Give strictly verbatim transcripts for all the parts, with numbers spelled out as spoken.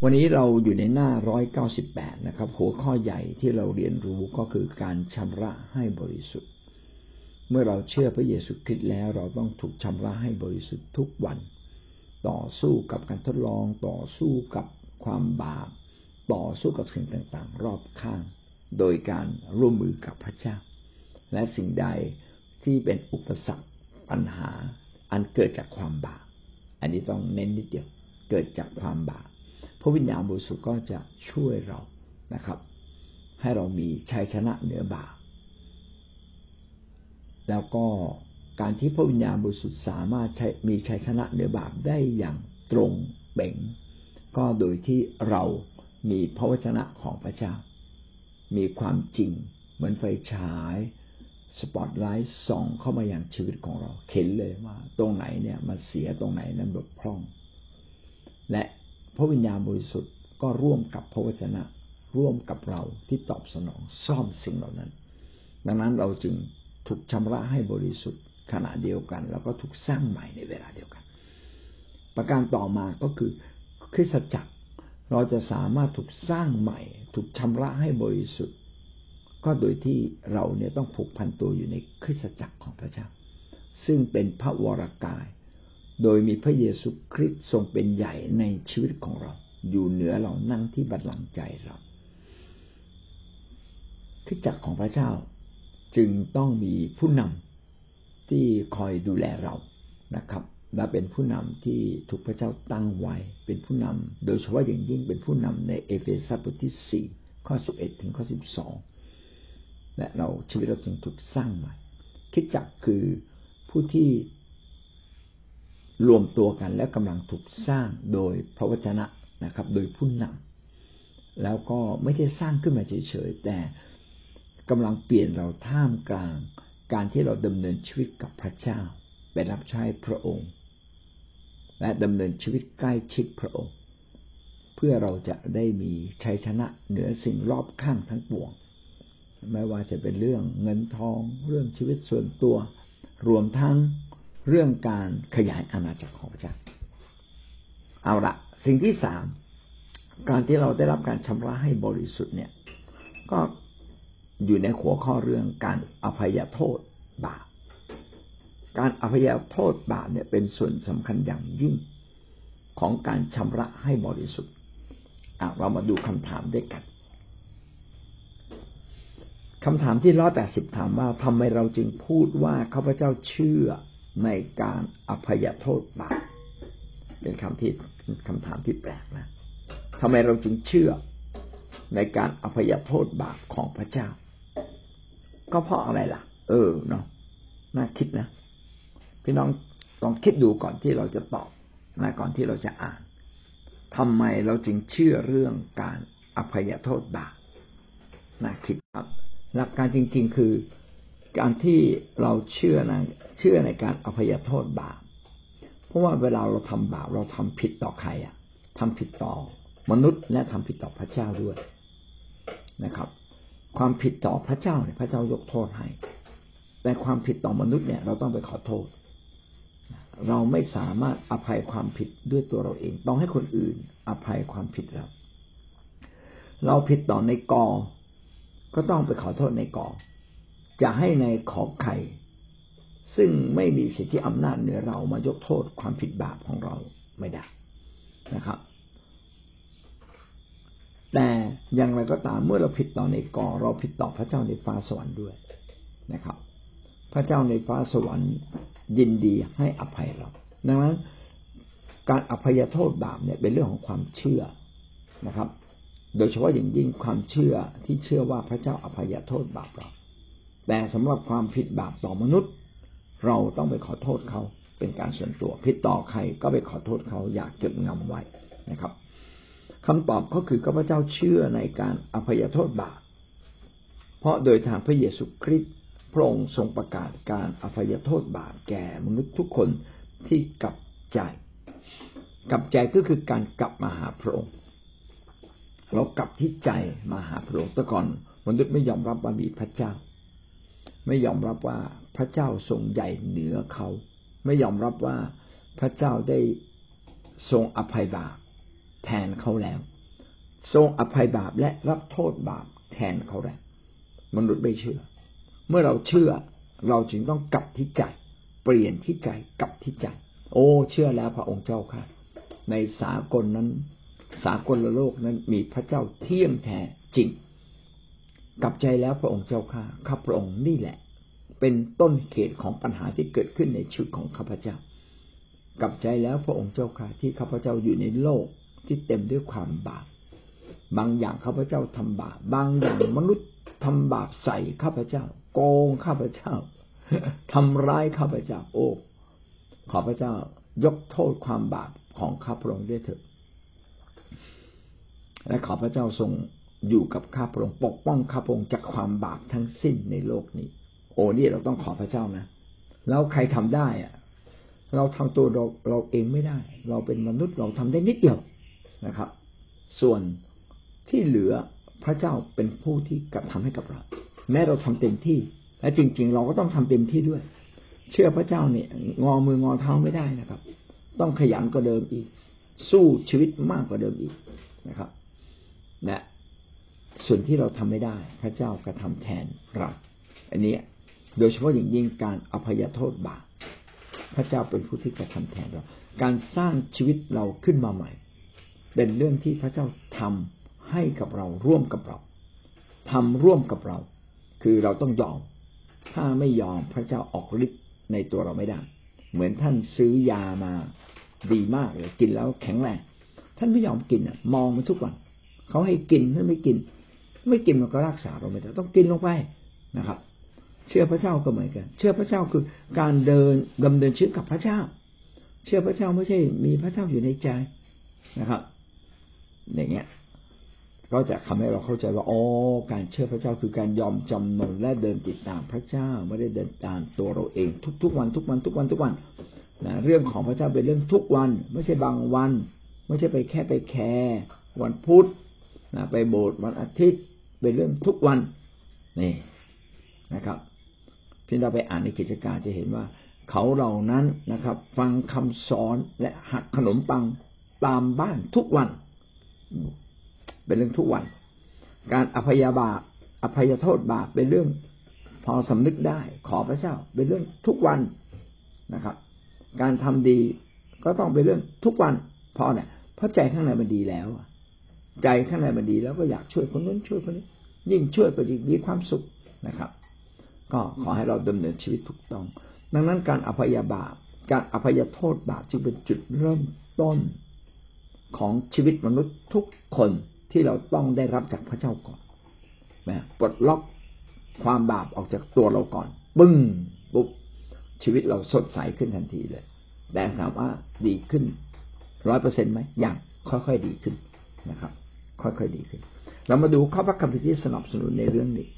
วันนี้เราอยู่ในหน้าหนึ่งร้อยเก้าสิบแปดนะครับหัวข้อใหญ่ที่เราเรียนรู้ก็คือการชำระให้บริสุทธิ์เมื่อเราเชื่อพระเยซูคริสต์แล้วเราต้องถูกชำระให้บริสุทธิ์ทุกวันต่อสู้กับการทดลองต่อสู้กับความบาปต่อสู้กับสิ่งต่างๆรอบข้างโดยการร่วมมือกับพระเจ้าและสิ่งใดที่เป็นอุปสรรคปัญหาอันเกิดจากความบาปอันนี้ต้องเน้นนิดเดียวเกิดจากความบาปพระวิญญาณบริสุทธิ์ก็จะช่วยเรานะครับให้เรามีชัยชนะเหนือบาปแล้วก็การที่พระวิญญาณบริสุทธิ์สามารถมีชัยชนะเหนือบาปได้อย่างตรงเป่งก็โดยที่เรามีพระวจนะของพระเจ้ามีความจริงเหมือนไฟฉายสปอตไลท์ส่องเข้ามาอย่างชีวิตของเราเห็นเลยว่าตรงไหนเนี่ยมันเสียตรงไหนนั้นบกพร่องและพระวิญญาณบริสุทธิ์ก็ร่วมกับพระวจนะร่วมกับเราที่ตอบสนองซ่อมสิ่งเหล่านั้นดังนั้นเราจึงถูกชำระให้บริสุทธิ์ขณะเดียวกันแล้วก็ถูกสร้างใหม่ในเวลาเดียวกันประการต่อมาก็คือคริสตจักรเราจะสามารถถูกสร้างใหม่ถูกชำระให้บริสุทธิ์ก็โดยที่เราเนี่ยต้องผูกพันตัวอยู่ในคริสตจักรของพระเจ้าซึ่งเป็นพระวรกายโดยมีพระเยซูคริสต์ทรงเป็นใหญ่ในชีวิตของเราอยู่เหนือเรานั่งที่บัลลังก์ใจเราคริสตจักรของพระเจ้าจึงต้องมีผู้นำที่คอยดูแลเรานะครับและเป็นผู้นำที่ถูกพระเจ้าตั้งไว้เป็นผู้นำโดยเฉพาะอย่างยิ่งเป็นผู้นำในเอเฟซัสบทที่สี่ข้อสิบเอ็ดถึงข้อสิบสองและเราชีวิตเราจึงถูกสร้างใหม่คริสตจักรคือผู้ที่รวมตัวกันและกำลังถูกสร้างโดยพระวจนะนะครับโดยผู้นำแล้วก็ไม่ได้สร้างขึ้นมาเฉยๆแต่กำลังเปลี่ยนเราท่ามกลางการที่เราดำเนินชีวิตกับพระเจ้าไปรับใช้พระองค์และดำเนินชีวิตใกล้ชิดพระองค์เพื่อเราจะได้มีชัยชนะเหนือสิ่งรอบข้างทั้งปวงไม่ว่าจะเป็นเรื่องเงินทองเรื่องชีวิตส่วนตัวรวมทั้งเรื่องการขยายอาณาจักรของพระเจ้าเอาละสิ่งที่สามการที่เราได้รับการชำระให้บริสุทธิ์เนี่ยก็อยู่ในหัวข้อเรื่องการอภัยโทษบาปการอภัยโทษบาปเนี่ยเป็นส่วนสำคัญอย่างยิ่งของการชำระให้บริสุทธิ์อ่ะเรามาดูคำถามด้วยกันคำถามที่หนึ่งร้อยแปดสิบถามว่าทำไมเราจึงพูดว่าข้าพเจ้าเชื่อในการอภัยโทษบาปเป็นคำที่คำถามที่แปลกนะทำไมเราจึงเชื่อในการอภัยโทษบาปของพระเจ้าก็เพราะอะไรล่ะเออเนาะน่าคิดนะพี่น้องลองคิดดูก่อนที่เราจะตอบนะก่อนที่เราจะอ่านทำไมเราจึงเชื่อเรื่องการอภัยโทษบาปน่าคิดครับหลักการจริงๆคือการที่เราเชื่อนะเชื่อในการอภัยโทษบาปเพราะว่าเวลาเราทำบาปเราทำผิดต่อใครอ่ะทำผิดต่อมนุษย์และทำผิดต่อพระเจ้าด้วยนะครับความผิดต่อพระเจ้าเนี่ยพระเจ้ายกโทษให้แต่ความผิดต่อมนุษย์เนี่ยเราต้องไปขอโทษเราไม่สามารถอภัยความผิดด้วยตัวเราเองต้องให้คนอื่นอภัยความผิดเราเราผิดต่อในกอก็ต้องไปขอโทษในกอจะให้ในขอไข่ซึ่งไม่มีสิทธิอำนาจเหนือเรามายกโทษความผิดบาปของเราไม่ได้นะครับแต่อย่างไรก็ตามเมื่อเราผิดต่อในกอเราผิดต่อพระเจ้าในฟ้าสวรรค์ด้วยนะครับพระเจ้าในฟ้าสวรรค์ยินดีให้อภัยเราดังนั้นการอภัยโทษบาปเนี่ยเป็นเรื่องของความเชื่อนะครับโดยเฉพาะอย่างยิ่งความเชื่อที่เชื่อว่าพระเจ้าอภัยโทษบาปเราแต่สำหรับความผิดบาปต่อมนุษย์เราต้องไปขอโทษเขาเป็นการส่วนตัวผิดต่อใครก็ไปขอโทษเขาอย่าเก็บงำไว้นะครับคำตอบก็คือข้าพเจ้าเชื่อในการอภัยโทษบาปเพราะโดยทางพระเยซูคริสต์พระองค์ทรงประกาศการอภัยโทษบาปแก่มนุษย์ทุกคนที่กลับใจกลับใจก็คือการกลับมาหาพระองค์เรากลับที่ใจมาหาพระองค์แต่ก่อนมนุษย์ไม่ยอมรับว่ามีพระเจ้าไม่ยอมรับว่าพระเจ้าทรงใหญ่เหนือเขาไม่ยอมรับว่าพระเจ้าได้ทรงอภัยบาปแทนเขาแล้วทรงอภัยบาปและรับโทษบาปแทนเขาแล้วมนุษย์ไม่เชื่อเมื่อเราเชื่อเราจึงต้องกลับที่ใจเปลี่ยนที่ใจกลับที่ใจโอ้เชื่อแล้วพระองค์เจ้าค่ะในสากลนั้นสากลโลกนั้นมีพระเจ้าเที่ยงแท้จริงกลับใจแล้วพระองค์เจ้าค่ะข้าพระองค์นี่แหละเป็นต้นเหตุของปัญหาที่เกิดขึ้นในชีวิตของข้าพเจ้ากลับใจแล้วพระองค์เจ้าค่ะที่ข้าพเจ้าอยู่ในโลกที่เต็มด้วยความบาปบางอย่างข้าพเจ้าทำบาปบางอย่างมนุษย์ทำบาปใส่ข้าพเจ้าโกงข้าพเจ้าทำร้ายข้าพเจ้าโอ้ขอพระเจ้ายกโทษความบาปของข้าพระองค์ด้วยเถิดและขอพระเจ้าทรงอยู่กับข้าพระองค์ปกป้องข้าพระองค์จากความบาปทั้งสิ้นในโลกนี้โอ้นี่เราต้องขอพระเจ้านะแล้วใครทำได้อะเราทำตัวเราเราเองไม่ได้เราเป็นมนุษย์เราทำได้นิดเดียวนะครับส่วนที่เหลือพระเจ้าเป็นผู้ที่กระทำให้กับเราแม้เราทำเต็มที่และจริงๆเราก็ต้องทำเต็มที่ด้วยเชื่อพระเจ้าเนี่ยงอมืองอเท้าไม่ได้นะครับต้องขยันกว่าเดิมอีกสู้ชีวิตมากกว่าเดิมอีกนะครับและส่วนที่เราทำไม่ได้พระเจ้ากระทำแทนเราอันนี้โดยเฉพาะอย่างยิ่งการอภัยโทษบาปพระเจ้าเป็นผู้ที่กระทำแทนเราการสร้างชีวิตเราขึ้นมาใหม่เป็นเรื่องที่พระเจ้าทำให้กับเราร่วมกับเราทำร่วมกับเราคือเราต้องยอมถ้าไม่ยอมพระเจ้าออกฤทธิ์ในตัวเราไม่ได้เหมือนท่านซื้อยามาดีมากเลยกินแล้วแข็งแรงท่านไม่ยอมกินอ่ะมองมันทุกวันเขาให้กินท่านไม่กินไม่กินมันก็รักษาเราไม่ได้ต้องกินลงไปนะครับเชื่อพระเจ้าก็เหมือนกันเชื่อพระเจ้าคือการเดินดำเนินชีวิตกับพระเจ้าเชื่อพระเจ้าไม่ใช่มีพระเจ้าอยู่ในใจนะครับอย่างเงี้ยก็จะทำให้เราเข้าใจว่าอ๋อการเชื่อพระเจ้าคือการยอมจำนนและเดินติดตามพระเจ้าไม่ได้เดินตามตัวเราเองทุกๆวันทุกวันทุกวันทุกวันนะเรื่องของพระเจ้าเป็นเรื่องทุกวันไม่ใช่บางวันไม่ใช่ไปแค่ไปแคร์วันพุธนะไปโบสถ์วันอาทิตย์เป็นเรื่องทุกวันนี่นะครับที่เราไปอ่านในกิจการจะเห็นว่าเขาเหล่านั้นนะครับฟังคำสอนและหักขนมปังตามบ้านทุกวันเป็นเรื่องทุกวันการอภัยบาปอภัยโทษบาปเป็นเรื่องพอสำนึกได้ขอพระเจ้าเป็นเรื่องทุกวันนะครับการทำดีก็ต้องเป็นเรื่องทุกวันเพราะเนี่ยเพราะใจข้างในมันดีแล้วใจข้างในมันดีแล้วก็อยากช่วยคนนู้นช่วยคนนี้ยิ่งช่วยก็ยิ่งมีความสุขนะครับก็ขอให้เราดำเนินชีวิตถูกต้องดังนั้นการอภัยบาปการอภัยโทษบาปจึงเป็นจุดเริ่มต้นของชีวิตมนุษย์ทุกคนที่เราต้องได้รับจากพระเจ้าก่อนนะปลดล็อกความบาปออกจากตัวเราก่อนปึ้งปุ๊บชีวิตเราสดใสขึ้นทันทีเลยแต่ถามว่าดีขึ้น ร้อยเปอร์เซ็นต์ ไหมยังค่อยๆดีขึ้นนะครับค่อยๆดีขึ้นเรามาดูข้อพระคัมภีร์ที่สนับสนุนในเรื่องนี้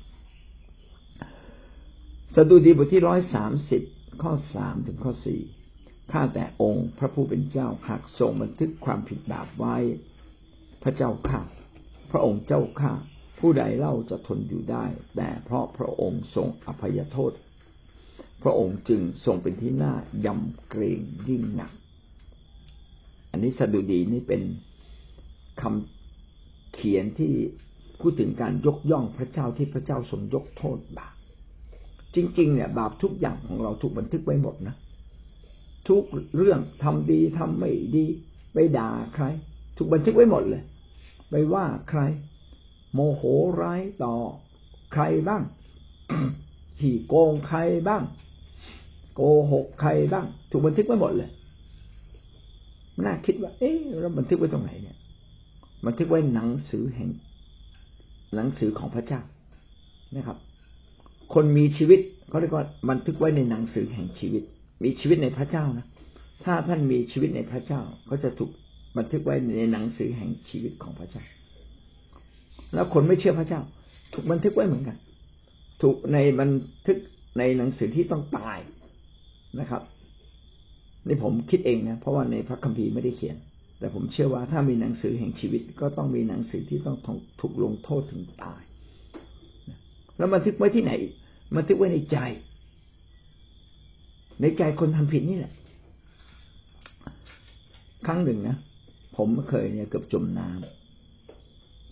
สดุดีบทที่หนึ่งร้อยสามสิบข้อสามถึงข้อสี่ข้าแต่องค์พระผู้เป็นเจ้าหากทรงบันทึกความผิดบาปไว้พระเจ้าข้าพระองค์เจ้าข้าผู้ใดเล่าจะทนอยู่ได้แต่เพราะพระองค์ทรงอภัยโทษพระองค์จึงทรงเป็นที่น่ายำเกรงยิ่งหนักอันนี้สดุดีนี่เป็นคำเขียนที่พูดถึงการยกย่องพระเจ้าที่พระเจ้าทรงยกโทษบาปจริงๆเนี่ยบาปทุกอย่างของเราถูกบันทึกไว้หมดนะทุกเรื่องทำดีทำไม่ดีไปด่าใครถูกบันทึกไว้หมดเลยไปว่าใครโมโหร้ายต่อใครบ้าง ที่โกงใครบ้างโกหกใครบ้างถูกบันทึกไว้หมดเลยน่าคิดว่าเอ๊ะเราบันทึกไว้ตรงไหนเนี่ยบันทึกไว้หนังสือแห่งหนังสือของพระเจ้านะครับคนมีชีวิตเขาเรียกว่าบันทึกไว้ในหนังสือแห่งชีวิตมีชีวิตในพระเจ้านะถ้าท่านมีชีวิตในพระเจ้าก็จะถูกบันทึกไว้ในหนังสือแห่งชีวิตของพระเจ้าแล้วคนไม่เชื่อพระเจ้าถูกบันทึกไว้เหมือนกันถูกในบันทึกในหนังสือที่ต้องตายนะครับนี่ผมคิดเองนะเพราะว่าในพระคัมภีร์ไม่ได้เขียนแต่ผมเชื่อว่าถ้ามีหนังสือแห่งชีวิตก็ต้องมีหนังสือที่ต้องถูกลงโทษถึงตายแล้วบันทึกไว้ที่ไหนบันทึกไว้ในใจในใจคนทำผิดนี่แหละครั้งหนึ่งนะผมเคยเนี่ยเกือบจมน้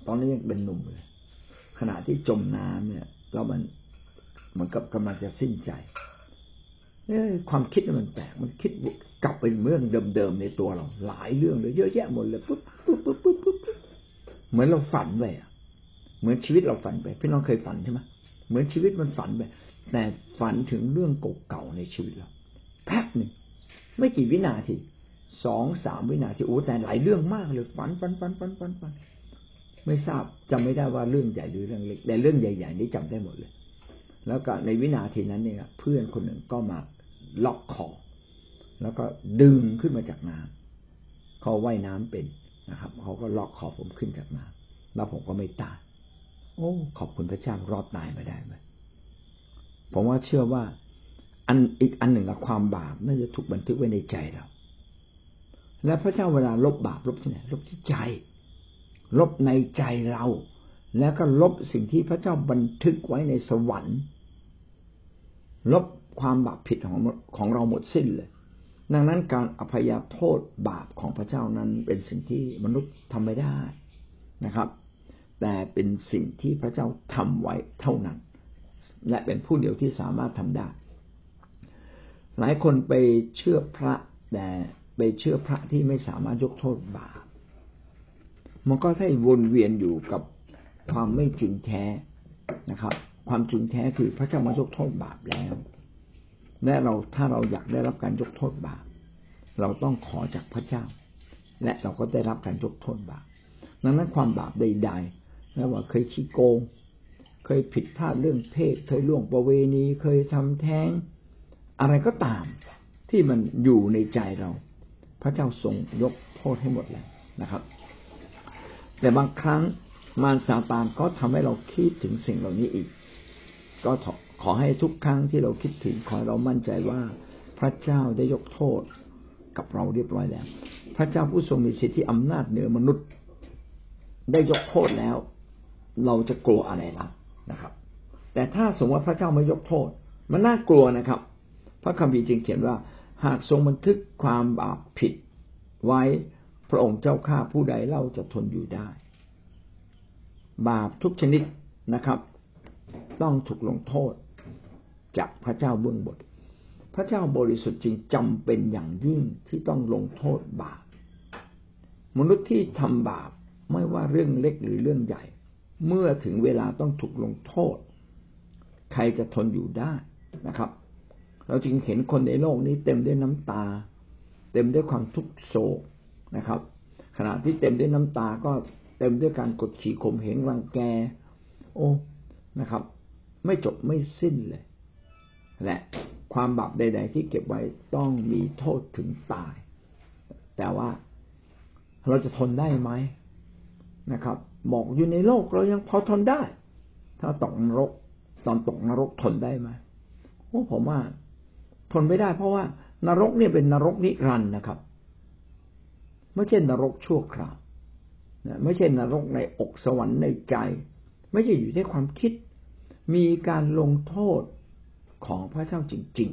ตอนนี้ยังเป็นหนุ่มเลยขณะที่จมน้ำเนี่ยแล้วมันเหมือนกับกำลังจะสิ้นใจเนี่ยความคิดมันแปลกมันคิดกลับไปเรื่องเดิมๆในตัวเราหลายเรื่องเลยเยอะแยะหมดเลยปุ๊บปุ๊บปุ๊บปุ๊บปุ๊บเหมือนเราฝันไปอ่ะเหมือนชีวิตเราฝันไปพี่น้องเคยฝันใช่ไหมเหมือนชีวิตมันฝันไปแต่ฝันถึงเรื่องเก่าๆในชีวิตเราแป๊บหนึ่งไม่กี่วินาทีสองสามวินาทีโอ้แต่หลายเรื่องมากเลยฝันฝันฝันฝันฝันฝันไม่ทราบจำไม่ได้ว่าเรื่องใหญ่หรือเรื่องเล็กแต่เรื่องใหญ่ๆนี้จำได้หมดเลยแล้วก็ในวินาทีนั้นเนี่ยเพื่อนคนหนึ่งก็มาล็อกคอแล้วก็ดึงขึ้นมาจากน้ำเขาว่ายน้ำเป็นนะครับเขาก็ล็อกคอผมขึ้นจากน้ำแล้วผมก็ไม่ตายโอ้ขอบคุณพระเจ้ารอดตายมาได้ไหมผมว่าเชื่อว่าอันอีกอันหนึ่งละความบาปน่าจะถูกบันทึกไว้ในใจเราและพระเจ้าเวลาลบบาปลบที่ไหนลบที่ใจลบในใจเราแล้วก็ลบสิ่งที่พระเจ้าบันทึกไว้ในสวรรค์ลบความบาปผิดของของเราหมดสิ้นเลยดังนั้นการอภัยโทษบาปของพระเจ้านั้นเป็นสิ่งที่มนุษย์ทำไม่ได้นะครับแต่เป็นสิ่งที่พระเจ้าทำไว้เท่านั้นและเป็นผู้เดียวที่สามารถทำได้หลายคนไปเชื่อพระแต่ไปเชื่อพระที่ไม่สามารถยกโทษบาปมันก็ให้วนเวียนอยู่กับความไม่จริงแท้นะครับความจริงแท้คือพระเจ้ามายกโทษบาปแล้วและเราถ้าเราอยากได้รับการยกโทษบาปเราต้องขอจากพระเจ้าและเราก็ได้รับการยกโทษบาปดังนั้นความบาปใดๆไม่ว่าเคยขี้โกงเคยผิดพลาดเรื่องเพศเคยล่วงประเวณีเคยทำแท้งอะไรก็ตามที่มันอยู่ในใจเราพระเจ้าทรงยกโทษให้หมดแล้วนะครับแต่บางครั้งมารซาตานก็ทำให้เราคิดถึงสิ่งเหล่านี้อีกก็ขอให้ทุกครั้งที่เราคิดถึงขอเรามั่นใจว่าพระเจ้าได้ยกโทษกับเราเรียบร้อยแล้วพระเจ้าผู้ทรงมีสิทธิอำนาจเหนือมนุษย์ได้ยกโทษแล้วเราจะกลัวอะไรล่ะนะครับแต่ถ้าสมมติว่าพระเจ้าไม่ยกโทษมันน่ากลัวนะครับพระคัมภีร์จึงเขียนว่าหากทรงบันทึกความบาปผิดไว้พระองค์เจ้าข้าผู้ใดเล่าจะทนอยู่ได้บาปทุกชนิดนะครับต้องถูกลงโทษจากพระเจ้าเบื้องบนพระเจ้าบริสุทธิ์จริงจำเป็นอย่างยิ่งที่ต้องลงโทษบาปมนุษย์ที่ทำบาปไม่ว่าเรื่องเล็กหรือเรื่องใหญ่เมื่อถึงเวลาต้องถูกลงโทษใครจะทนอยู่ได้นะครับเราจึงเห็นคนในโลกนี้เต็มด้วยน้ำตาเต็มด้วยความทุกข์โศกนะครับขณะที่เต็มด้วยน้ำตาก็เต็มด้วยการกดขี่ข่มเหงรังแกโอ้นะครับไม่จบไม่สิ้นเลยและความบาปใดๆที่เก็บไว้ต้องมีโทษถึงตายแต่ว่าเราจะทนได้ไหมนะครับบอกอยู่ในโลกเรายังพอทนได้ถ้าตกนรกตอนตกนรกทนได้ไหมโอ้ผมว่าทนไม่ได้เพราะว่านรกเนี่ยเป็นนรกนิรันดร์นะครับไม่ใช่นรกชั่วคราวนะไม่ใช่นรกในอกสวรรค์ในใจไม่ใช่อยู่ในความคิดมีการลงโทษของพระเจ้าจริง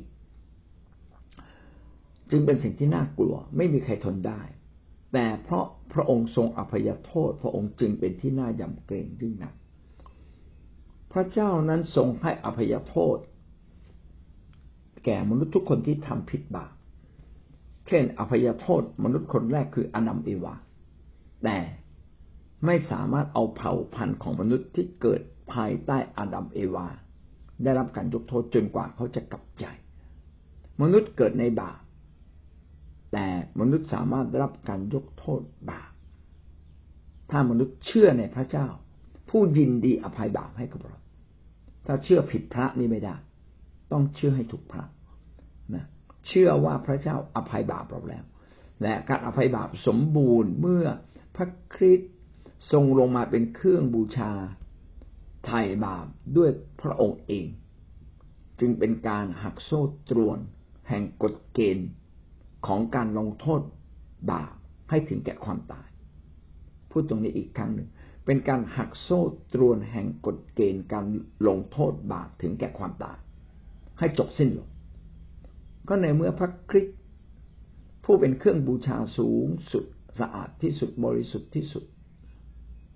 ๆจึงเป็นสิ่งที่น่ากลัวไม่มีใครทนได้แต่เพราะพระองค์ทรงอภัยโทษพระองค์จึงเป็นที่น่ายำเกรงยิ่งนักพระเจ้านั้นทรงให้อภัยโทษแก่มนุษย์ทุกคนที่ทำผิดบาปเช่นอภัยโทษมนุษย์คนแรกคืออาดัมเอวาแต่ไม่สามารถเอาเผ่าพันธุ์ของมนุษย์ที่เกิดภายใต้อาดัมเอวาได้รับการยกโทษจนกว่าเขาจะกลับใจมนุษย์เกิดในบาปแต่มนุษย์สามารถได้รับการยกโทษบาปถ้ามนุษย์เชื่อในพระเจ้าผู้ยินดีอภัยบาปให้กับเราถ้าเชื่อผิดพระนี่ไม่ได้ต้องเชื่อให้ถูกพระนะเชื่อว่าพระเจ้าอภัยบาปเราแล้วและการอภัยบาปสมบูรณ์เมื่อพระคริสต์ทรงลงมาเป็นเครื่องบูชาไถ่บาปด้วยพระองค์เองจึงเป็นการหักโซ่ตรวนแห่งกฎเกณฑ์ของการลงโทษบาปให้ถึงแก่ความตายพูดตรงนี้อีกครั้งหนึ่งเป็นการหักโซ่ตรวนแห่งกฎเกณฑ์การลงโทษบาปถึงแก่ความตายให้จบสิ้นลงก็ในเมื่อพระคริสต์ผู้เป็นเครื่องบูชาสูงสุดสะอาดที่สุดบริสุทธิ์ที่สุด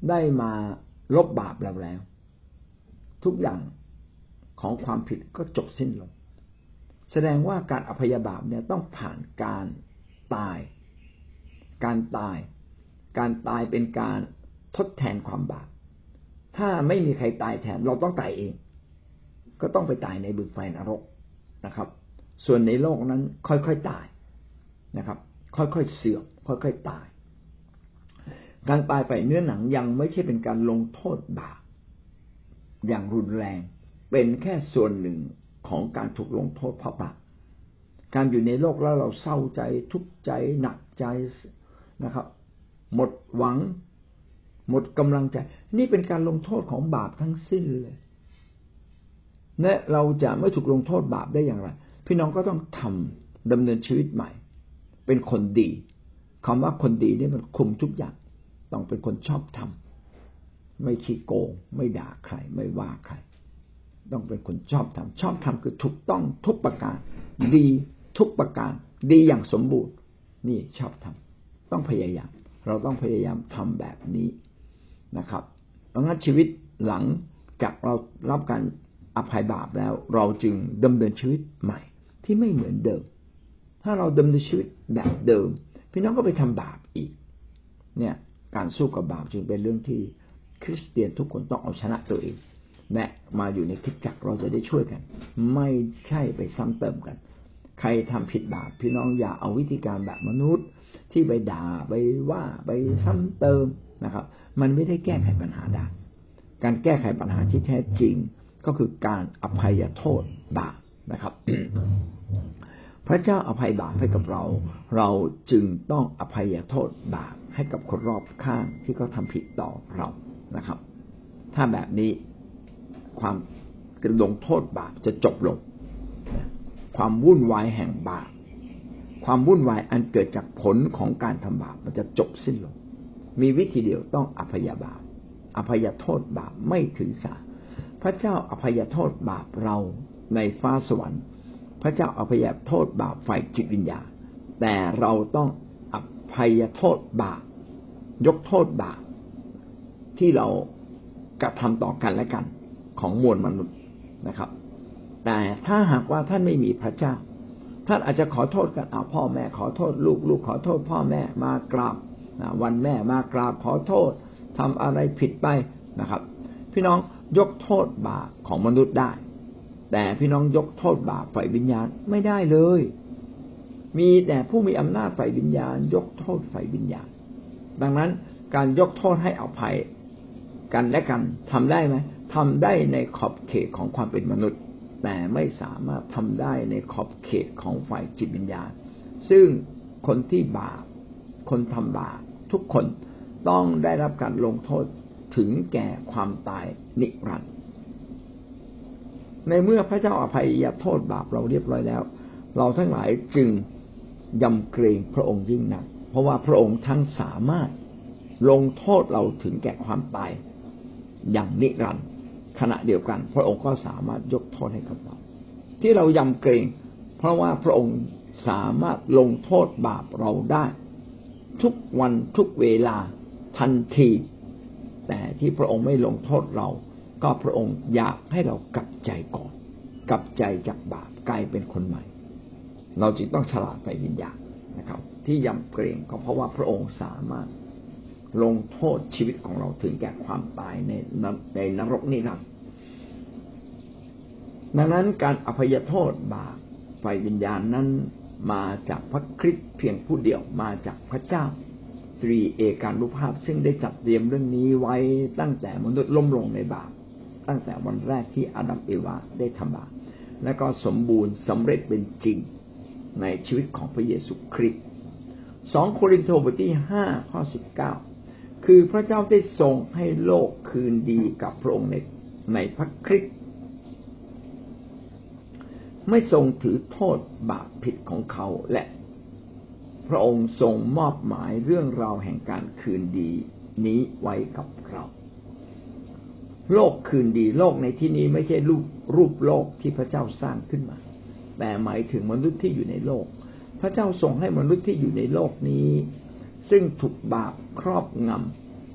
ได้มาลบบาปเราแล้วทุกอย่างของความผิดก็จบสิ้นลงแสดงว่าการอภัยบาปเนี่ยต้องผ่านการตายการตายการตายเป็นการทดแทนความบาปถ้าไม่มีใครตายแทนเราต้องตายเองก็ต้องไปตายในบึงไฟนรกนะครับส่วนในโลกนั้นค่อยๆตายนะครับค่อยๆเสื่อมค่อยๆตายการตายไปเนื้อหนังยังไม่ใช่เป็นการลงโทษบาปอย่างรุนแรงเป็นแค่ส่วนหนึ่งของการถูกลงโทษเพราะบาปการอยู่ในโลกแล้วเราเศร้าใจทุกข์ใจหนักใจนะครับหมดหวังหมดกำลังใจนี่เป็นการลงโทษของบาปทั้งสิ้นเลยและเราจะไม่ถูกลงโทษบาปได้อย่างไรพี่น้องก็ต้องทำดำเนินชีวิตใหม่เป็นคนดีคำว่าคนดีนี่มันคุมทุกอย่างต้องเป็นคนชอบธรรมไม่ขี้โกงไม่ด่าใครไม่ว่าใครต้องเป็นคนชอบธรรมชอบธรรมคือถูกต้องทุกประการดีทุกประการดีอย่างสมบูรณ์นี่ชอบธรรมต้องพยายามเราต้องพยายามทำแบบนี้นะครับเพราะงั้นชีวิตหลังจากเรารับการอภัยบาปแล้วเราจึงดำเนินชีวิตใหม่ที่ไม่เหมือนเดิมถ้าเราดำเนินชีวิตแบบเดิมพี่น้องก็ไปทำบาปอีกเนี่ยการสู้กับบาปจึงเป็นเรื่องที่คริสเตียนทุกคนต้องเอาชนะตัวเองและมาอยู่ในคริสตจักรเราจะได้ช่วยกันไม่ใช่ไปซ้ำเติมกันใครทำผิดบาปพี่น้องอย่าเอาวิธีการแบบมนุษย์ที่ไปด่าไปว่าไปซ้ำเติมนะครับมันไม่ได้แก้ไขปัญหาได้การแก้ไขปัญหาที่แท้จริงก็คือการอภัยโทษบาปนะครับ พระเจ้าอภัยบาปให้กับเราเราจึงต้องอภัยโทษบาปให้กับคนรอบข้างที่เขาทำผิดต่อเรานะครับถ้าแบบนี้ความลงโทษบาปจะจบลงความวุ่นวายแห่งบาปความวุ่นวายอันเกิดจากผลของการทำบาปมันจะจบสิ้นลงมีวิธีเดียวต้องอภัยบาปอภัยโทษบาปไม่ถือสาพระเจ้าอภัยโทษบาปเราในฟ้าสวรรค์พระเจ้าอภัยโทษบาปฝ่ายจิตวิญญาณแต่เราต้องอภัยโทษบาปยกโทษบาปที่เรากระทำต่อกันและกันของมวลมนุษย์นะครับแต่ถ้าหากว่าท่านไม่มีพระเจ้าท่านอาจจะขอโทษกันอ้าวพ่อแม่ขอโทษลูกลูกขอโทษพ่อแม่มากราบวันแม่มากราบขอโทษทำอะไรผิดไปนะครับพี่น้องยกโทษบาปของมนุษย์ได้แต่พี่น้องยกโทษบาปฝ่ายวิญญาณไม่ได้เลยมีแต่ผู้มีอำนาจฝ่ายวิญญาณยกโทษฝ่ายวิญญาณดังนั้นการยกโทษให้อภัยกันและกันทำได้ไหมทำได้ในขอบเขตของความเป็นมนุษย์แต่ไม่สามารถทำได้ในขอบเขตของฝ่ายจิตวิญญาณซึ่งคนที่บาปคนทำบาปทุกคนต้องได้รับการลงโทษถึงแก่ความตายนิรันดร์ในเมื่อพระเจ้าอภัยโทษบาปเราเรียบร้อยแล้วเราทั้งหลายจึงยำเกรงพระองค์ยิ่งนักเพราะว่าพระองค์ทั้งสามารถลงโทษเราถึงแก่ความตายอย่างนิรันดร์ขณะเดียวกันพระองค์ก็สามารถยกโทษให้กับเราที่เรายำเกรงเพราะว่าพระองค์สามารถลงโทษบาปเราได้ทุกวันทุกเวลาทันทีแต่ที่พระองค์ไม่ลงโทษเราก็พระองค์อยากให้เรากลับใจก่อนกลับใจจากบาปกลายเป็นคนใหม่เราจึงต้องฉลาดฝ่ายวิญญาณนะครับที่ยำเกรงก็เพราะว่าพระองค์สามารถลงโทษชีวิตของเราถึงแก่ความตายในในนรกนิรันดร์ดังนั้นการอภัยโทษบาปฝ่ายวิญญาณนั้นมาจากพระคริสต์เพียงผู้เดียวมาจากพระเจ้าตรีเอกานุภาพซึ่งได้จัดเตรียมเรื่องนี้ไว้ตั้งแต่มนุษย์ล้มลงในบาปตั้งแต่วันแรกที่อาดัมเอวาได้ทำบาปและก็สมบูรณ์สำเร็จเป็นจริงในชีวิตของพระเยซูคริสต์สองโครินธ์บทที่ห้าข้อสิบเก้าคือพระเจ้าได้ทรงให้โลกคืนดีกับพระองค์ในในพระคริสต์ไม่ทรงถือโทษบาปผิดของเขาและพระองค์ทรงมอบหมายเรื่องราวแห่งการคืนดีนี้ไว้กับเราโลกคืนดีโลกในที่นี้ไม่ใช่รูปรูปโลกที่พระเจ้าสร้างขึ้นมาแต่หมายถึงมนุษย์ที่อยู่ในโลกพระเจ้าทรงให้มนุษย์ที่อยู่ในโลกนี้ซึ่งถูกบาปครอบงำ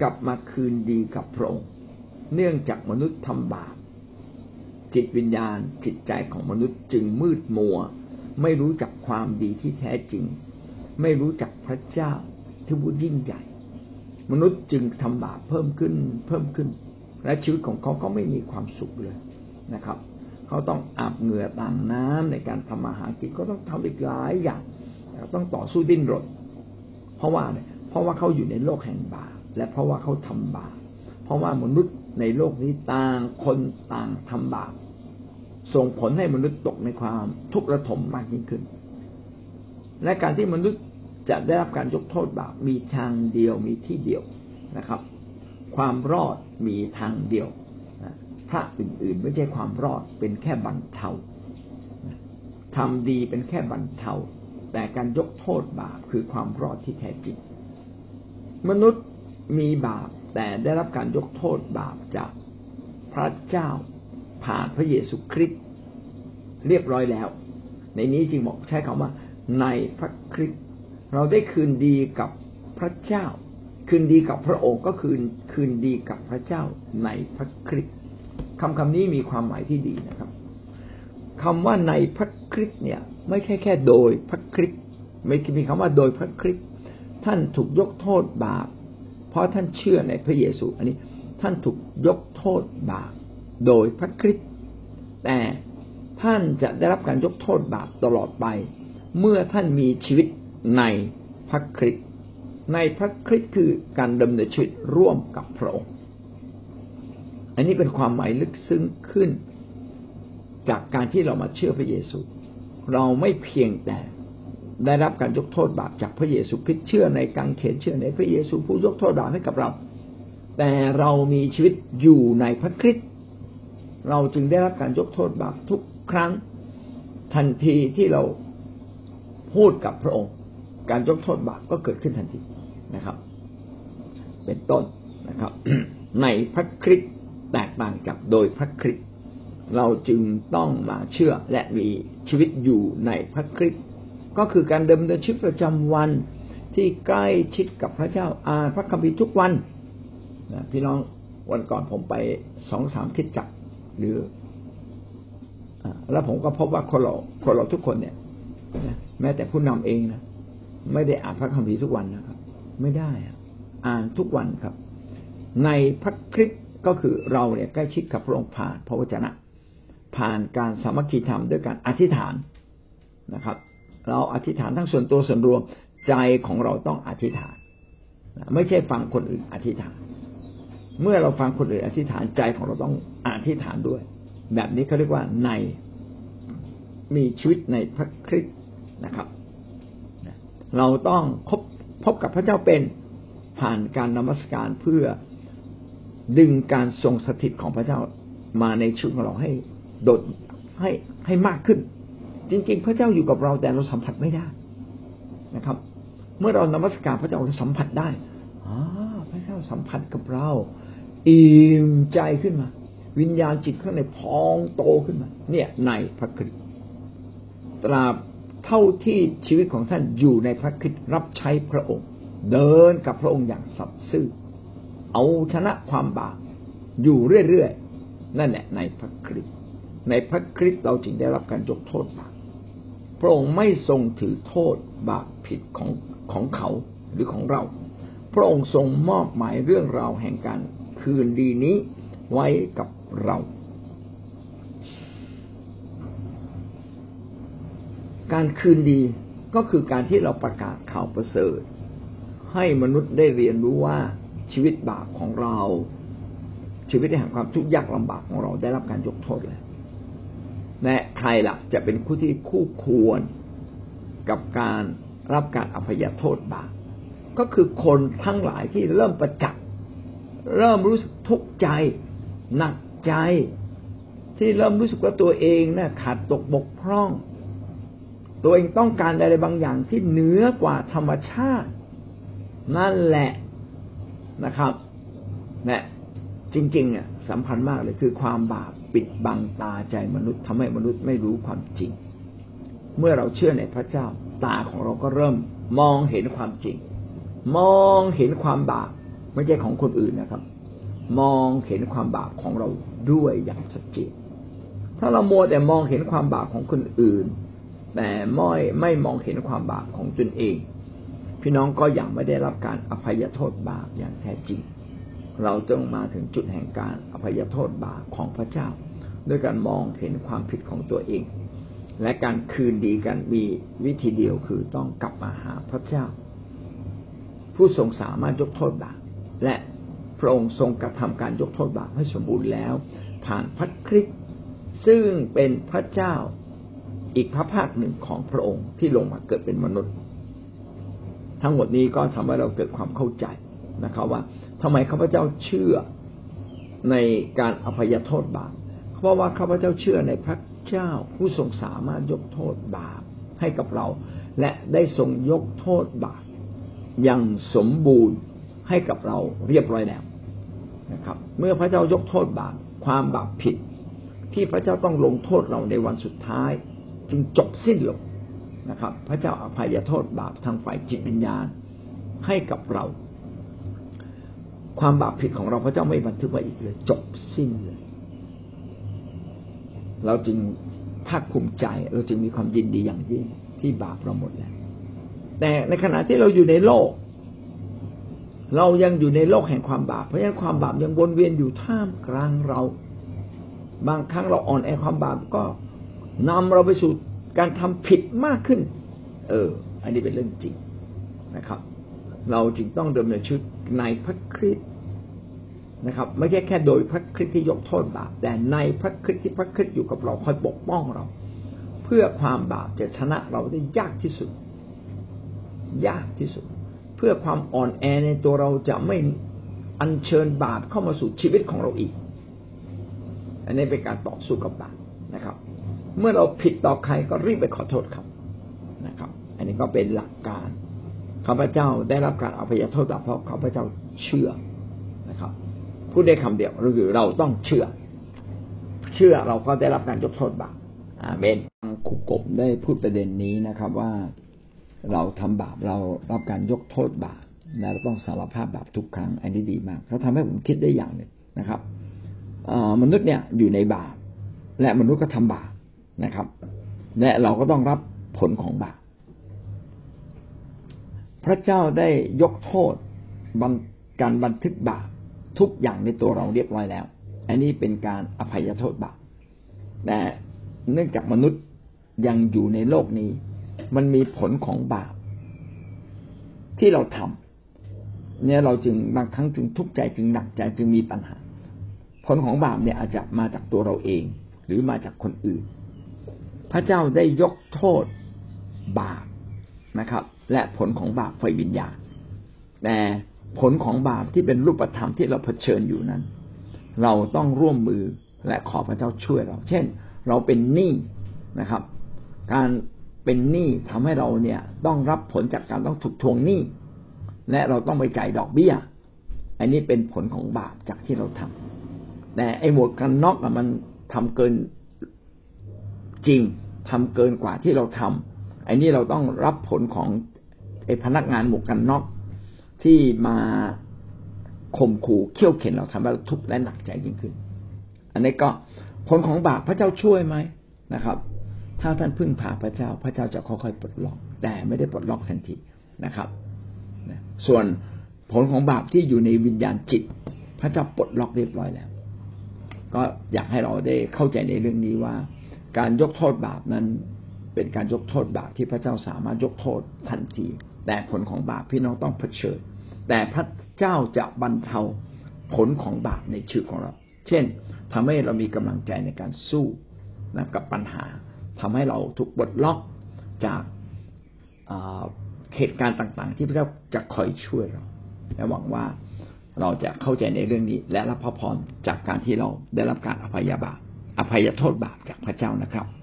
กลับมาคืนดีกับพระองค์เนื่องจากมนุษย์ทำบาปจิตวิญญาณจิตใจของมนุษย์จึงมืดมัวไม่รู้จักความดีที่แท้จริงไม่รู้จักพระเจ้าที่ผู้ยิ่งใหญ่มนุษย์จึงทำบาปเพิ่มขึ้นเพิ่มขึ้นและชีวิตของเขาก็ไม่มีความสุขเลยนะครับเขาต้องอาบเหงื่อต่างน้ำในการทำมาหากินก็ต้องทำอีกหลายอย่างต้องต่อสู้ดิ้นรนเพราะว่าเพราะว่าเขาอยู่ในโลกแห่งบาปและเพราะว่าเขาทำบาปเพราะว่ามนุษย์ในโลกนี้ต่างคนต่างทำบาปส่งผลให้มนุษย์ตกในความทุกข์ระทมมากยิ่งขึ้นและการที่มนุษย์จะได้รับการยกโทษบาปมีทางเดียวมีที่เดียวนะครับความรอดมีทางเดียวพระอื่นๆไม่ใช่ความรอดเป็นแค่บรรเทาทำดีเป็นแค่บรรเทาแต่การยกโทษบาปคือความรอดที่แท้จริงมนุษย์มีบาปแต่ได้รับการยกโทษบาปจากพระเจ้าผ่านพระเยซูคริสต์เรียบร้อยแล้วในนี้จึงบอกใช้คำว่าในพระคริสต์เราได้คืนดีกับพระเจ้าคืนดีกับพระองค์ก็คือคืนดีกับพระเจ้าในพระคริสต์คำคำนี้มีความหมายที่ดีนะครับคำว่าในพระคริสต์เนี่ยไม่ใช่แค่โดยพระคริสต์ไม่มีคำว่าโดยพระคริสต์ท่านถูกยกโทษบาปเพราะท่านเชื่อในพระเยซูอันนี้ท่านถูกยกโทษบาปโดยพระคริสต์แต่ท่านจะได้รับการยกโทษบาปตลอดไปเมื่อท่านมีชีวิตในพระคริสต์ในพระคริสต์คือการดำเนินชีวิตร่วมกับพระองค์อันนี้เป็นความหมายลึกซึ้งขึ้นจากการที่เรามาเชื่อพระเยซูเราไม่เพียงแต่ได้รับการยกโทษบาปจากพระเยซูคริสต์เชื่อในกางเขนเชื่อในพระเยซูผู้ยกโทษบาปให้กับเราแต่เรามีชีวิตอยู่ในพระคริสต์เราจึงได้รับการยกโทษบาปทุกครั้งทันทีที่เราพูดกับพระองค์การยกโทษบาปก็เกิดขึ้นทันทีนะครับเป็นต้นนะครับ ในพระคริสต์แตกต่างจากโดยพระคริสต์เราจึงต้องมาเชื่อและมีชีวิตอยู่ในพระคริสต์ก็คือการดำเนินชีวิตประจำวันที่ใกล้ชิดกับพระเจ้าอ่านพระคัมภีร์ทุกวันนะพี่น้องวันก่อนผมไป สองสาม คริสตจักรหรือแล้วผมก็พบว่าคนเราคนเราทุกคนเนี่ยแม้แต่ผู้นำเองนะไม่ได้อ่านพระคัมภีร์ทุกวันนะครับไม่ได้อ่านทุกวันครับในพระคริสต์ก็คือเราเนี่ยใกล้ชิดกับพระองค์ผ่านพระวจนะผ่านการสามัคคีธรรมด้วยการอธิษฐานนะครับเราอธิษฐานทั้งส่วนตัวส่วนรวมใจของเราต้องอธิษฐานไม่ใช่ฟังคนอื่นอธิษฐานเมื่อเราฟังคนอื่นอธิษฐานใจของเราต้องอธิษฐานด้วยแบบนี้เขาเรียกว่าในมีชีวิตในพระคริสต์นะครับเราต้องพบพบกับพระเจ้าเป็นผ่านการนมัสการเพื่อดึงการทรงสถิตของพระเจ้ามาในชีวิตของเราให้โดดให้ให้มากขึ้นจริงๆพระเจ้าอยู่กับเราแต่เราสัมผัสไม่ได้นะครับเมื่อเรานมัสการพระเจ้าเราสัมผัสได้อ๋อพระเจ้าสัมผัสกับเราอิ่มใจขึ้นมาวิญญาณจิตข้างในพองโตขึ้นมาเนี่ยในพระคริสต์ตราบเท่าที่ชีวิตของท่านอยู่ในพระคริสต์รับใช้พระองค์เดินกับพระองค์อย่างสัตย์ซื่อเอาชนะความบาปอยู่เรื่อยๆนั่นแหละในพระคริสต์ในพระคริสต์เราจึงได้รับการยกโทษบาปพระองค์ไม่ทรงถือโทษบาปผิดของของเขาหรือของเราพระองค์ทรงมอบหมายเรื่องราวแห่งการคืนดีนี้ไว้กับเราการคืนดีก็คือการที่เราประกาศข่าวประเสริฐให้มนุษย์ได้เรียนรู้ว่าชีวิตบาปของเราชีวิตแห่งความทุกข์ยากลำบากของเราได้รับการยกโทษแล้วและใครล่ะจะเป็นผู้ที่คู่ควรกับการรับการอภัยโทษบาปก็คือคนทั้งหลายที่เริ่มประจักษ์เริ่มรู้สึกทุกข์ใจหนักใจที่เริ่มรู้สึกว่าตัวเองน่ะขาดตกบกพร่องตัวเองต้องการอะไรบางอย่างที่เหนือกว่าธรรมชาตินั่นแหละนะครับและจริงๆอ่ะสำคัญมากเลยคือความบาปปิดบังตาใจมนุษย์ทำให้มนุษย์ไม่รู้ความจริงเมื่อเราเชื่อในพระเจ้าตาของเราก็เริ่มมองเห็นความจริงมองเห็นความบาปไม่ใช่ของคนอื่นนะครับมองเห็นความบาปของเราด้วยอย่างชัดเจนถ้าเรามัวแต่มองเห็นความบาปของคนอื่นแต่ไม่ไม่มองเห็นความบาปของตนเองพี่น้องก็ยังไม่ได้รับการอภัยโทษบาปอย่างแท้จริงเราต้องมาถึงจุดแห่งการอภัยโทษบาปของพระเจ้าด้วยการมองเห็นความผิดของตัวเองและการคืนดีกันมีวิธีเดียวคือต้องกลับมาหาพระเจ้าผู้ทรงสามารถยกโทษบาปและพระองค์ทรงกระทำการยกโทษบาปให้สมบูรณ์แล้วผ่านพระคริสต์ซึ่งเป็นพระเจ้าอีกพระภาคหนึ่งของพระองค์ที่ลงมาเกิดเป็นมนุษย์ทั้งหมดนี้ก็ทำให้เราเกิดความเข้าใจนะครับว่าทำไมข้าพเจ้าเชื่อในการอภัยโทษบาปเพราะว่าข้าพเจ้าเชื่อในพระเจ้าผู้ทรงสามารถยกโทษบาปให้กับเราและได้ทรงยกโทษบาปอย่างสมบูรณ์ให้กับเราเรียบร้อยแล้วนะครับเมื่อพระเจ้ายกโทษบาปความบาปผิดที่พระเจ้าต้องลงโทษเราในวันสุดท้ายจึงจบสิ้นลงนะครับพระเจ้าอภัยโทษบาปทางฝ่ายจิตวิญญาณให้กับเราความบาปผิดของเราพระเจ้าไม่บันทึกไว้อีกเลยจบสิ้นเลยเราจึงภาคภูมิใจเราจึงมีความยินดีอย่างยิ่งที่บาปเราหมดแล้วแต่ในขณะที่เราอยู่ในโลกเรายังอยู่ในโลกแห่งความบาปเพราะฉะนั้นความบาปยังวนเวียนอยู่ท่ามกลางเราบางครั้งเราอ่อนแอความบาปก็นำเราไปสู่การทำผิดมากขึ้นเอออันนี้เป็นเรื่องจริงนะครับเราจึงต้องดำเนินชีวิตในพระคริสต์นะครับไม่ใช่แค่โดยพระคริสต์ที่ยกโทษบาปแต่ในพระคริสต์ที่พระคริสต์อยู่กับเราคอยปกป้องเราเพื่อความบาปจะชนะเราได้ยากที่สุดยากที่สุดเพื่อความอ่อนแอในตัวเราจะไม่อัญเชิญบาปเข้ามาสู่ชีวิตของเราอีกอันนี้เป็นการต่อสู้กับบาปนะครับเมื่อเราผิดต่อใครก็รีบไปขอโทษเขานะครับอันนี้ก็เป็นหลักการข้าพเจ้าได้รับการอภัยโทษบาปเพราะข้าพเจ้าเชื่อนะครับพูดได้คำเดียวก็คือเราต้องเชื่อเชื่อเราก็ได้รับการยกโทษบาปอาเมนครูกบได้พูดประเด็นนี้นะครับว่าเราทำบาปเรารับการยกโทษบาปและเราต้องสารภาพบาปทุกครั้งอันนี้ดีมากเขาทำให้ผมคิดได้อย่างหนึ่งนะครับมนุษย์เนี่ยอยู่ในบาปและมนุษย์ก็ทำบาปนะครับและเราก็ต้องรับผลของบาปพระเจ้าได้ยกโทษการบันทึกบาปทุกอย่างในตัวเราเรียบร้อยแล้วอันนี้เป็นการอภัยโทษบาปแต่เนื่องจากมนุษย์ยังอยู่ในโลกนี้มันมีผลของบาปที่เราทำเนี่ยเราจึงบางครั้งจึงทุกข์ใจจึงหนักใจจึงมีปัญหาผลของบาปเนี่ยอาจจะมาจากตัวเราเองหรือมาจากคนอื่นพระเจ้าได้ยกโทษบาปนะครับและผลของบาปฝ่ายวิญญาณแต่ผลของบาปที่เป็นรูปธรรมที่เราเผชิญอยู่นั้นเราต้องร่วมมือและขอพระเจ้าช่วยเราเช่นเราเป็นหนี้นะครับการเป็นหนี้ทำให้เราเนี่ยต้องรับผลจากการต้องถูกทวงหนี้และเราต้องไปจ่ายดอกเบี้ยอันนี้เป็นผลของบาปจากที่เราทำแต่ไอ้หมวกกันน็อกมันทำเกินจริงทำเกินกว่าที่เราทำอันนี้เราต้องรับผลของไอ้พนักงานหมวกกันน็อกที่มาข่มขู่เขี่ยวเข็นเราทำให้เราทุกข์และหนักใจยิ่งขึ้นอันนี้ก็ผลของบาปพระเจ้าช่วยไหมนะครับถ้าท่านพึ่งพาพระเจ้าพระเจ้าจะค่อยๆปลดล็อกแต่ไม่ได้ปลดล็อกทันทีนะครับส่วนผลของบาปที่อยู่ในวิญญาณจิตพระเจ้าปลดล็อกเรียบร้อยแล้วก็อยากให้เราได้เข้าใจในเรื่องนี้ว่าการยกโทษบาปนั้นเป็นการยกโทษบาปที่พระเจ้าสามารถยกโทษทันทีแต่ผลของบาปพี่น้องต้องเผชิญแต่พระเจ้าจะบรรเทาผลของบาปในชีวิตของเราเช่นทำให้เรามีกำลังใจในการสู้นะกับปัญหาทำให้เราถูกปลดล็อกจากเหตุการณ์ต่างๆที่พระเจ้าจะคอยช่วยเราและหวังว่าเราจะเข้าใจในเรื่องนี้และรับพระพรจากการที่เราได้รับการอภัยบาปอภัยโทษบาปจากพระเจ้านะครับ